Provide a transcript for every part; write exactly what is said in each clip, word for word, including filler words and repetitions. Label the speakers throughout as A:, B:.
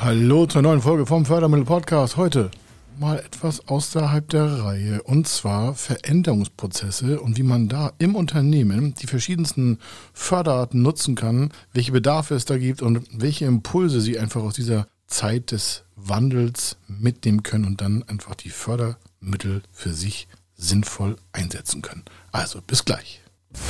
A: Hallo zur neuen Folge vom Fördermittel-Podcast. Heute mal etwas außerhalb der Reihe, und zwar Veränderungsprozesse und wie man da im Unternehmen die verschiedensten Förderarten nutzen kann, welche Bedarfe es da gibt und welche Impulse sie einfach aus dieser Zeit des Wandels mitnehmen können und dann einfach die Fördermittel für sich sinnvoll einsetzen können. Also bis gleich.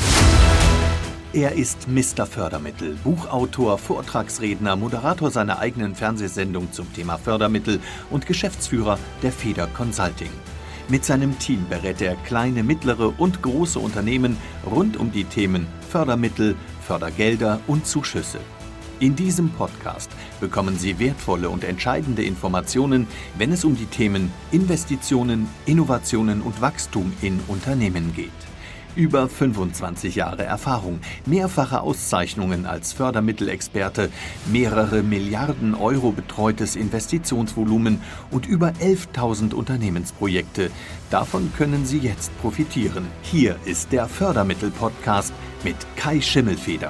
B: Er ist Mister Fördermittel, Buchautor, Vortragsredner, Moderator seiner eigenen Fernsehsendung zum Thema Fördermittel und Geschäftsführer der Feder Consulting. Mit seinem Team berät er kleine, mittlere und große Unternehmen rund um die Themen Fördermittel, Fördergelder und Zuschüsse. In diesem Podcast bekommen Sie wertvolle und entscheidende Informationen, wenn es um die Themen Investitionen, Innovationen und Wachstum in Unternehmen geht. Über fünfundzwanzig Jahre Erfahrung, mehrfache Auszeichnungen als Fördermittelexperte, mehrere Milliarden Euro betreutes Investitionsvolumen und über elftausend Unternehmensprojekte. Davon können Sie jetzt profitieren. Hier ist der Fördermittel-Podcast mit Kai Schimmelfeder.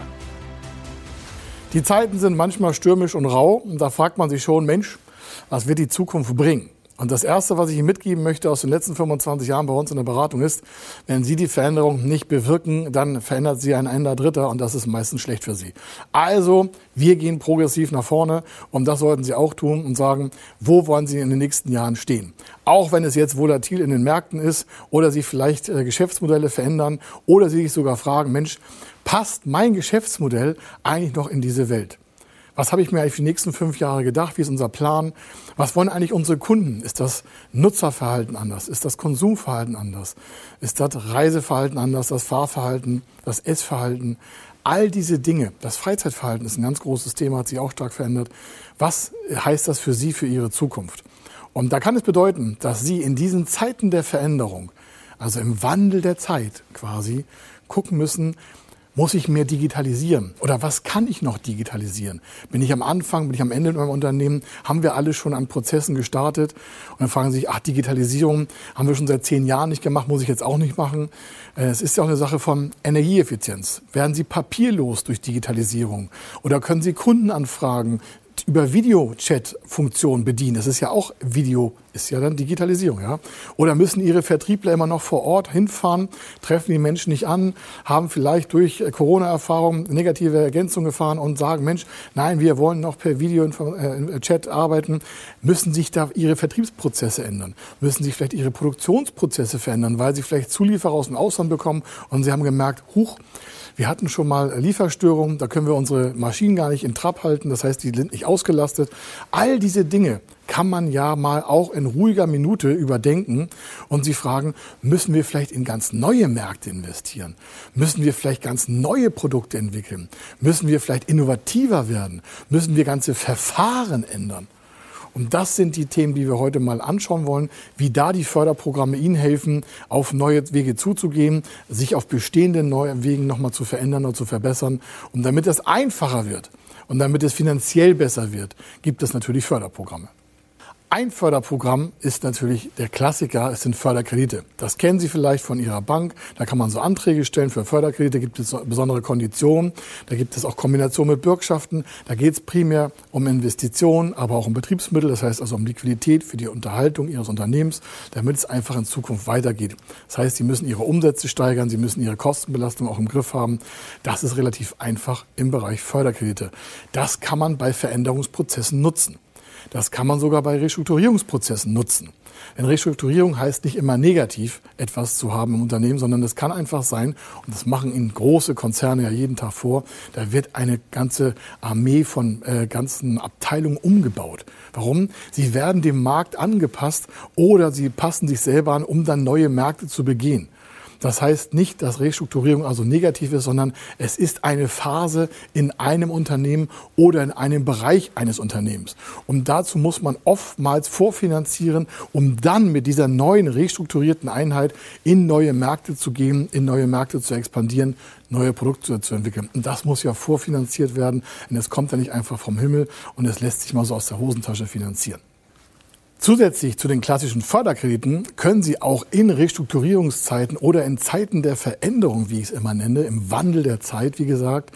C: Die Zeiten sind manchmal stürmisch und rau und da fragt man sich schon, Mensch, was wird die Zukunft bringen? Und das Erste, was ich Ihnen mitgeben möchte aus den letzten fünfundzwanzig Jahren bei uns in der Beratung ist, wenn Sie die Veränderung nicht bewirken, dann verändert sie ein anderer Dritter und das ist meistens schlecht für Sie. Also, wir gehen progressiv nach vorne und das sollten Sie auch tun und sagen, wo wollen Sie in den nächsten Jahren stehen? Auch wenn es jetzt volatil in den Märkten ist oder Sie vielleicht äh, Geschäftsmodelle verändern oder Sie sich sogar fragen, Mensch, passt mein Geschäftsmodell eigentlich noch in diese Welt? Was habe ich mir eigentlich für die nächsten fünf Jahre gedacht? Wie ist unser Plan? Was wollen eigentlich unsere Kunden? Ist das Nutzerverhalten anders? Ist das Konsumverhalten anders? Ist das Reiseverhalten anders? Das Fahrverhalten? Das Essverhalten? All diese Dinge. Das Freizeitverhalten ist ein ganz großes Thema, hat sich auch stark verändert. Was heißt das für Sie, für Ihre Zukunft? Und da kann es bedeuten, dass Sie in diesen Zeiten der Veränderung, also im Wandel der Zeit quasi, gucken müssen, muss ich mehr digitalisieren? Oder was kann ich noch digitalisieren? Bin ich am Anfang, bin ich am Ende in meinem Unternehmen? Haben wir alle schon an Prozessen gestartet? Und dann fragen Sie sich, ach, Digitalisierung haben wir schon seit zehn Jahren nicht gemacht, muss ich jetzt auch nicht machen. Es ist ja auch eine Sache von Energieeffizienz. Werden Sie papierlos durch Digitalisierung? Oder können Sie Kundenanfragen über Video-Chat-Funktionen bedienen? Das ist ja auch Video, ist ja dann Digitalisierung, ja. Oder müssen Ihre Vertriebler immer noch vor Ort hinfahren, treffen die Menschen nicht an, haben vielleicht durch Corona-Erfahrungen negative Ergänzungen gefahren und sagen, Mensch, nein, wir wollen noch per Video-Chat arbeiten. Müssen sich da Ihre Vertriebsprozesse ändern? Müssen sich vielleicht Ihre Produktionsprozesse verändern, weil Sie vielleicht Zulieferer aus dem Ausland bekommen und Sie haben gemerkt, huch, wir hatten schon mal Lieferstörungen, da können wir unsere Maschinen gar nicht in Trab halten, das heißt, die sind nicht ausgelastet. All diese Dinge kann man ja mal auch in ruhiger Minute überdenken und Sie fragen, müssen wir vielleicht in ganz neue Märkte investieren? Müssen wir vielleicht ganz neue Produkte entwickeln? Müssen wir vielleicht innovativer werden? Müssen wir ganze Verfahren ändern? Und das sind die Themen, die wir heute mal anschauen wollen, wie da die Förderprogramme Ihnen helfen, auf neue Wege zuzugehen, sich auf bestehende neue Wege nochmal zu verändern und zu verbessern. Und damit es einfacher wird und damit es finanziell besser wird, gibt es natürlich Förderprogramme. Ein Förderprogramm ist natürlich der Klassiker, es sind Förderkredite. Das kennen Sie vielleicht von Ihrer Bank. Da kann man so Anträge stellen für Förderkredite, gibt es besondere Konditionen. Da gibt es auch Kombinationen mit Bürgschaften. Da geht es primär um Investitionen, aber auch um Betriebsmittel, das heißt also um Liquidität für die Unterhaltung Ihres Unternehmens, damit es einfach in Zukunft weitergeht. Das heißt, Sie müssen Ihre Umsätze steigern, Sie müssen Ihre Kostenbelastung auch im Griff haben. Das ist relativ einfach im Bereich Förderkredite. Das kann man bei Veränderungsprozessen nutzen. Das kann man sogar bei Restrukturierungsprozessen nutzen. Denn Restrukturierung heißt nicht immer negativ etwas zu haben im Unternehmen, sondern es kann einfach sein, und das machen Ihnen große Konzerne ja jeden Tag vor, da wird eine ganze Armee von äh, ganzen Abteilungen umgebaut. Warum? Sie werden dem Markt angepasst oder sie passen sich selber an, um dann neue Märkte zu begehen. Das heißt nicht, dass Restrukturierung also negativ ist, sondern es ist eine Phase in einem Unternehmen oder in einem Bereich eines Unternehmens. Und dazu muss man oftmals vorfinanzieren, um dann mit dieser neuen restrukturierten Einheit in neue Märkte zu gehen, in neue Märkte zu expandieren, neue Produkte zu entwickeln. Und das muss ja vorfinanziert werden. Und es kommt ja nicht einfach vom Himmel und es lässt sich mal so aus der Hosentasche finanzieren. Zusätzlich zu den klassischen Förderkrediten können Sie auch in Restrukturierungszeiten oder in Zeiten der Veränderung, wie ich es immer nenne, im Wandel der Zeit, wie gesagt,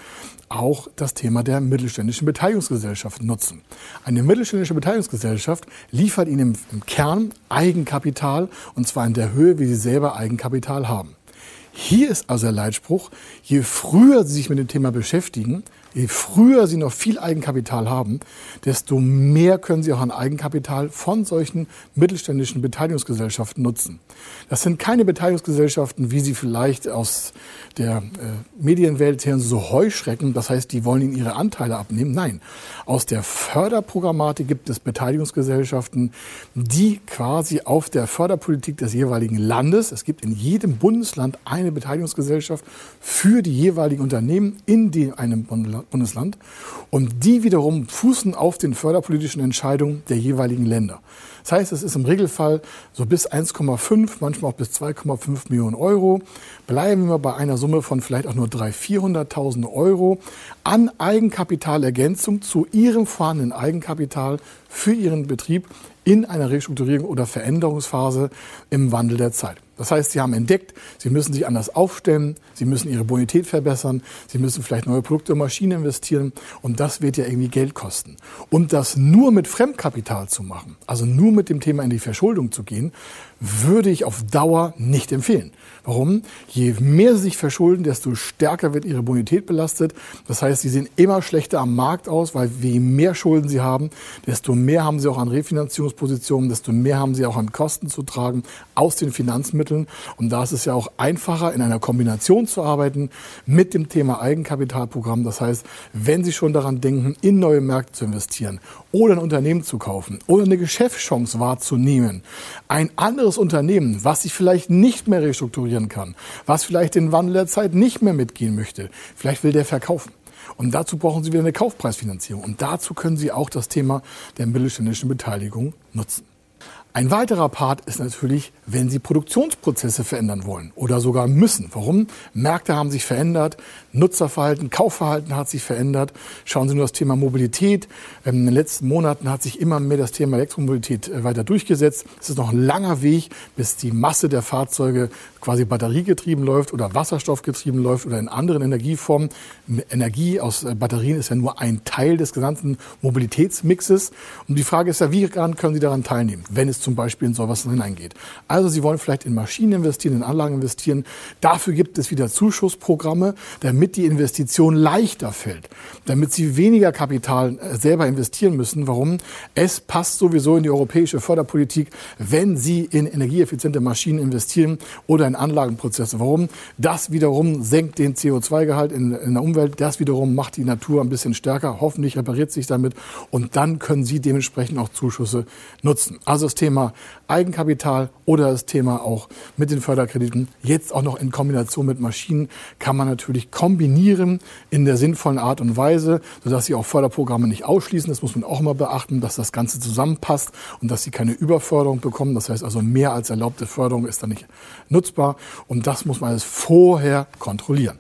C: auch das Thema der mittelständischen Beteiligungsgesellschaft nutzen. Eine mittelständische Beteiligungsgesellschaft liefert Ihnen im Kern Eigenkapital, und zwar in der Höhe, wie Sie selber Eigenkapital haben. Hier ist also der Leitspruch: Je früher Sie sich mit dem Thema beschäftigen, je früher Sie noch viel Eigenkapital haben, desto mehr können Sie auch an Eigenkapital von solchen mittelständischen Beteiligungsgesellschaften nutzen. Das sind keine Beteiligungsgesellschaften, wie Sie vielleicht aus der äh, Medienwelt her so Heuschrecken, das heißt, die wollen Ihnen Ihre Anteile abnehmen. Nein, aus der Förderprogrammatik gibt es Beteiligungsgesellschaften, die quasi auf der Förderpolitik des jeweiligen Landes, es gibt in jedem Bundesland eine Beteiligungsgesellschaft für die jeweiligen Unternehmen in die, einem Bundesland, und die wiederum fußen auf den förderpolitischen Entscheidungen der jeweiligen Länder. Das heißt, es ist im Regelfall so bis eins Komma fünf, manchmal auch bis zwei Komma fünf Millionen Euro. Bleiben wir bei einer Summe von vielleicht auch nur dreihunderttausend, vierhunderttausend Euro an Eigenkapitalergänzung zu Ihrem vorhandenen Eigenkapital für Ihren Betrieb in einer Restrukturierung oder Veränderungsphase im Wandel der Zeit. Das heißt, Sie haben entdeckt, Sie müssen sich anders aufstellen, Sie müssen Ihre Bonität verbessern, Sie müssen vielleicht neue Produkte und Maschinen investieren, und das wird ja irgendwie Geld kosten. Und das nur mit Fremdkapital zu machen, also nur mit dem Thema in die Verschuldung zu gehen, würde ich auf Dauer nicht empfehlen. Warum? Je mehr Sie sich verschulden, desto stärker wird Ihre Bonität belastet. Das heißt, Sie sehen immer schlechter am Markt aus, weil je mehr Schulden Sie haben, desto mehr haben Sie auch an Refinanzierungspositionen, desto mehr haben Sie auch an Kosten zu tragen aus den Finanzmitteln. Und da ist es ja auch einfacher, in einer Kombination zu arbeiten mit dem Thema Eigenkapitalprogramm. Das heißt, wenn Sie schon daran denken, in neue Märkte zu investieren oder ein Unternehmen zu kaufen oder eine Geschäftschance wahrzunehmen, ein anderes Unternehmen, was sich vielleicht nicht mehr restrukturieren kann, was vielleicht den Wandel der Zeit nicht mehr mitgehen möchte, vielleicht will der verkaufen. Und dazu brauchen Sie wieder eine Kaufpreisfinanzierung. Und dazu können Sie auch das Thema der mittelständischen Beteiligung nutzen. Ein weiterer Part ist natürlich, wenn Sie Produktionsprozesse verändern wollen oder sogar müssen. Warum? Märkte haben sich verändert, Nutzerverhalten, Kaufverhalten hat sich verändert. Schauen Sie nur das Thema Mobilität. In den letzten Monaten hat sich immer mehr das Thema Elektromobilität weiter durchgesetzt. Es ist noch ein langer Weg, bis die Masse der Fahrzeuge quasi batteriegetrieben läuft oder wasserstoffgetrieben läuft oder in anderen Energieformen. Energie aus Batterien ist ja nur ein Teil des gesamten Mobilitätsmixes. Und die Frage ist ja, wie können Sie daran teilnehmen, wenn es zum Beispiel in sowas hineingeht. Also Sie wollen vielleicht in Maschinen investieren, in Anlagen investieren. Dafür gibt es wieder Zuschussprogramme, damit die Investition leichter fällt, damit Sie weniger Kapital selber investieren müssen. Warum? Es passt sowieso in die europäische Förderpolitik, wenn Sie in energieeffiziente Maschinen investieren oder in Anlagenprozesse. Warum? Das wiederum senkt den C O zwei Gehalt in, in der Umwelt. Das wiederum macht die Natur ein bisschen stärker. Hoffentlich repariert sich damit. Und dann können Sie dementsprechend auch Zuschüsse nutzen. Also das Thema Eigenkapital oder das Thema auch mit den Förderkrediten, jetzt auch noch in Kombination mit Maschinen, kann man natürlich kombinieren in der sinnvollen Art und Weise, sodass Sie auch Förderprogramme nicht ausschließen. Das muss man auch immer beachten, dass das Ganze zusammenpasst und dass Sie keine Überförderung bekommen. Das heißt also, mehr als erlaubte Förderung ist dann nicht nutzbar, und das muss man alles vorher kontrollieren.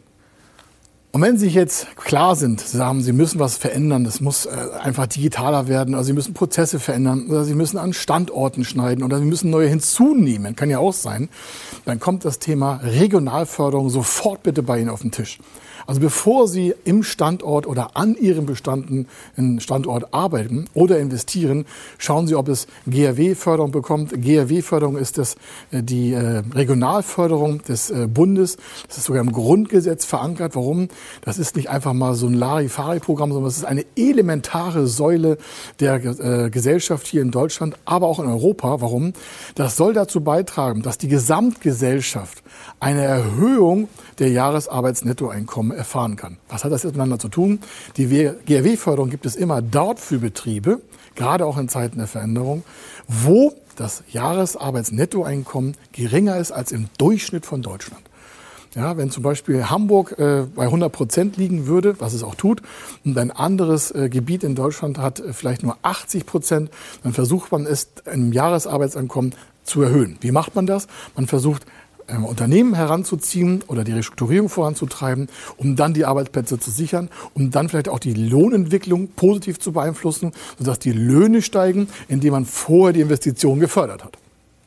C: Und wenn Sie sich jetzt klar sind, Sie sagen, Sie müssen was verändern, das muss einfach digitaler werden, oder Sie müssen Prozesse verändern, oder Sie müssen an Standorten schneiden, oder Sie müssen neue hinzunehmen, kann ja auch sein, dann kommt das Thema Regionalförderung sofort bitte bei Ihnen auf den Tisch. Also bevor Sie im Standort oder an Ihrem bestandenen Standort arbeiten oder investieren, schauen Sie, ob es G R W-Förderung bekommt. G R W-Förderung ist das, die Regionalförderung des Bundes. Das ist sogar im Grundgesetz verankert. Warum? Das ist nicht einfach mal so ein Larifari-Programm, sondern es ist eine elementare Säule der Gesellschaft hier in Deutschland, aber auch in Europa. Warum? Das soll dazu beitragen, dass die Gesamtgesellschaft eine Erhöhung der Jahresarbeitsnettoeinkommen erfahren kann. Was hat das jetzt miteinander zu tun? Die G R W-Förderung gibt es immer dort für Betriebe, gerade auch in Zeiten der Veränderung, wo das Jahresarbeitsnettoeinkommen geringer ist als im Durchschnitt von Deutschland. Ja, wenn zum Beispiel Hamburg äh, bei hundert Prozent liegen würde, was es auch tut, und ein anderes äh, Gebiet in Deutschland hat äh, vielleicht nur achtzig Prozent, dann versucht man es im Jahresarbeitseinkommen zu erhöhen. Wie macht man das? Man versucht, Unternehmen heranzuziehen oder die Restrukturierung voranzutreiben, um dann die Arbeitsplätze zu sichern, um dann vielleicht auch die Lohnentwicklung positiv zu beeinflussen, sodass die Löhne steigen, indem man vorher die Investitionen gefördert hat.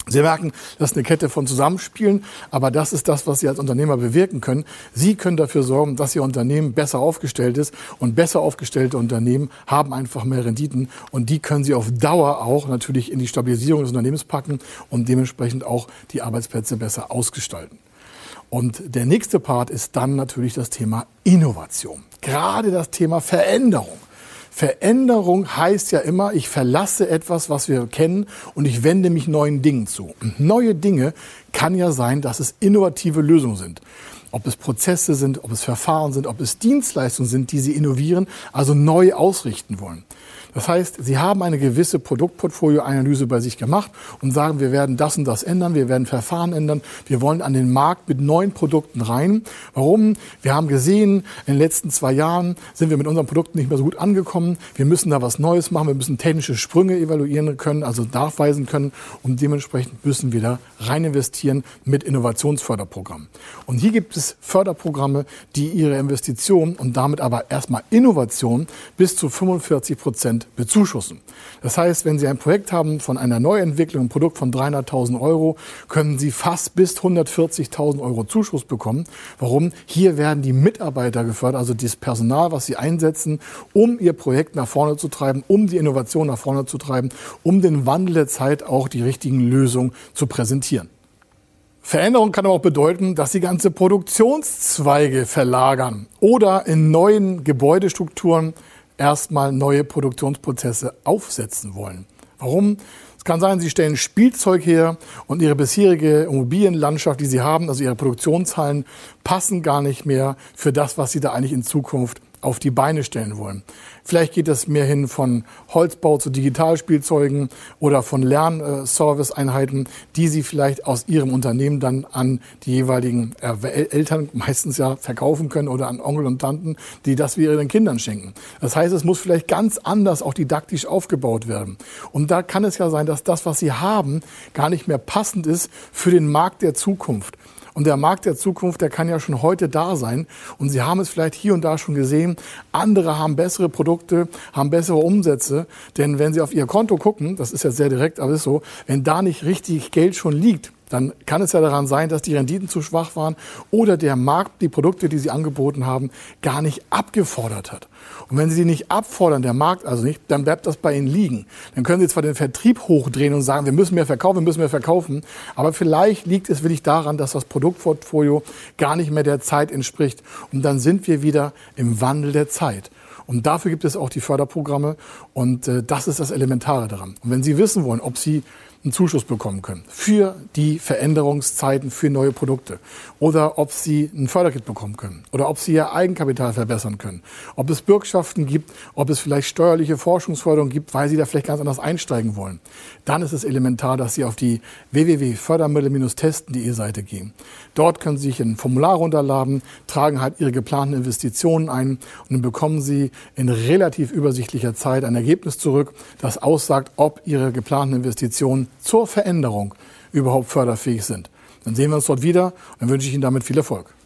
C: Sie merken, das ist eine Kette von Zusammenspielen, aber das ist das, was Sie als Unternehmer bewirken können. Sie können dafür sorgen, dass Ihr Unternehmen besser aufgestellt ist, und besser aufgestellte Unternehmen haben einfach mehr Renditen, und die können Sie auf Dauer auch natürlich in die Stabilisierung des Unternehmens packen und dementsprechend auch die Arbeitsplätze besser ausgestalten. Und der nächste Part ist dann natürlich das Thema Innovation, gerade das Thema Veränderung. Veränderung heißt ja immer, ich verlasse etwas, was wir kennen, und ich wende mich neuen Dingen zu. Und neue Dinge kann ja sein, dass es innovative Lösungen sind. Ob es Prozesse sind, ob es Verfahren sind, ob es Dienstleistungen sind, die Sie innovieren, also neu ausrichten wollen. Das heißt, Sie haben eine gewisse Produktportfolioanalyse bei sich gemacht und sagen, wir werden das und das ändern, wir werden Verfahren ändern, wir wollen an den Markt mit neuen Produkten rein. Warum? Wir haben gesehen, in den letzten zwei Jahren sind wir mit unseren Produkten nicht mehr so gut angekommen. Wir müssen da was Neues machen, wir müssen technische Sprünge evaluieren können, also nachweisen können, und dementsprechend müssen wir da rein investieren mit Innovationsförderprogrammen. Und hier gibt es Förderprogramme, die ihre Investitionen und damit aber erstmal Innovation bis zu fünfundvierzig Prozent bezuschussen. Das heißt, wenn Sie ein Projekt haben von einer Neuentwicklung, ein Produkt von dreihunderttausend Euro, können Sie fast bis hundertvierzigtausend Euro Zuschuss bekommen. Warum? Hier werden die Mitarbeiter gefördert, also das Personal, was Sie einsetzen, um Ihr Projekt nach vorne zu treiben, um die Innovation nach vorne zu treiben, um den Wandel der Zeit auch die richtigen Lösungen zu präsentieren. Veränderung kann aber auch bedeuten, dass Sie ganze Produktionszweige verlagern oder in neuen Gebäudestrukturen erstmal neue Produktionsprozesse aufsetzen wollen. Warum? Es kann sein, Sie stellen Spielzeug her und Ihre bisherige Immobilienlandschaft, die Sie haben, also Ihre Produktionshallen, passen gar nicht mehr für das, was Sie da eigentlich in Zukunft auf die Beine stellen wollen. Vielleicht geht es mehr hin von Holzbau zu Digitalspielzeugen oder von Lernservice-Einheiten, die Sie vielleicht aus Ihrem Unternehmen dann an die jeweiligen Eltern meistens ja verkaufen können oder an Onkel und Tanten, die das wir ihren Kindern schenken. Das heißt, es muss vielleicht ganz anders auch didaktisch aufgebaut werden. Und da kann es ja sein, dass das, was Sie haben, gar nicht mehr passend ist für den Markt der Zukunft. Und der Markt der Zukunft, der kann ja schon heute da sein. Und Sie haben es vielleicht hier und da schon gesehen, andere haben bessere Produkte, haben bessere Umsätze. Denn wenn Sie auf Ihr Konto gucken, das ist ja sehr direkt, aber ist so, wenn da nicht richtig Geld schon liegt, dann kann es ja daran sein, dass die Renditen zu schwach waren oder der Markt die Produkte, die Sie angeboten haben, gar nicht abgefordert hat. Und wenn Sie die nicht abfordern, der Markt also nicht, dann bleibt das bei Ihnen liegen. Dann können Sie zwar den Vertrieb hochdrehen und sagen, wir müssen mehr verkaufen, wir müssen mehr verkaufen, aber vielleicht liegt es wirklich daran, dass das Produktportfolio gar nicht mehr der Zeit entspricht. Und dann sind wir wieder im Wandel der Zeit. Und dafür gibt es auch die Förderprogramme, und äh, das ist das Elementare daran. Und wenn Sie wissen wollen, ob Sie einen Zuschuss bekommen können für die Veränderungszeiten für neue Produkte oder ob Sie ein Förderkit bekommen können oder ob Sie Ihr Eigenkapital verbessern können, ob es Bürgschaften gibt, ob es vielleicht steuerliche Forschungsförderung gibt, weil Sie da vielleicht ganz anders einsteigen wollen, dann ist es elementar, dass Sie auf die w w w punkt fördermittel Bindestrich testen punkt de Seite gehen. Dort können Sie sich ein Formular runterladen, tragen halt Ihre geplanten Investitionen ein und dann bekommen Sie in relativ übersichtlicher Zeit ein Ergebnis zurück, das aussagt, ob Ihre geplanten Investitionen zur Veränderung überhaupt förderfähig sind. Dann sehen wir uns dort wieder und dann wünsche ich Ihnen damit viel Erfolg.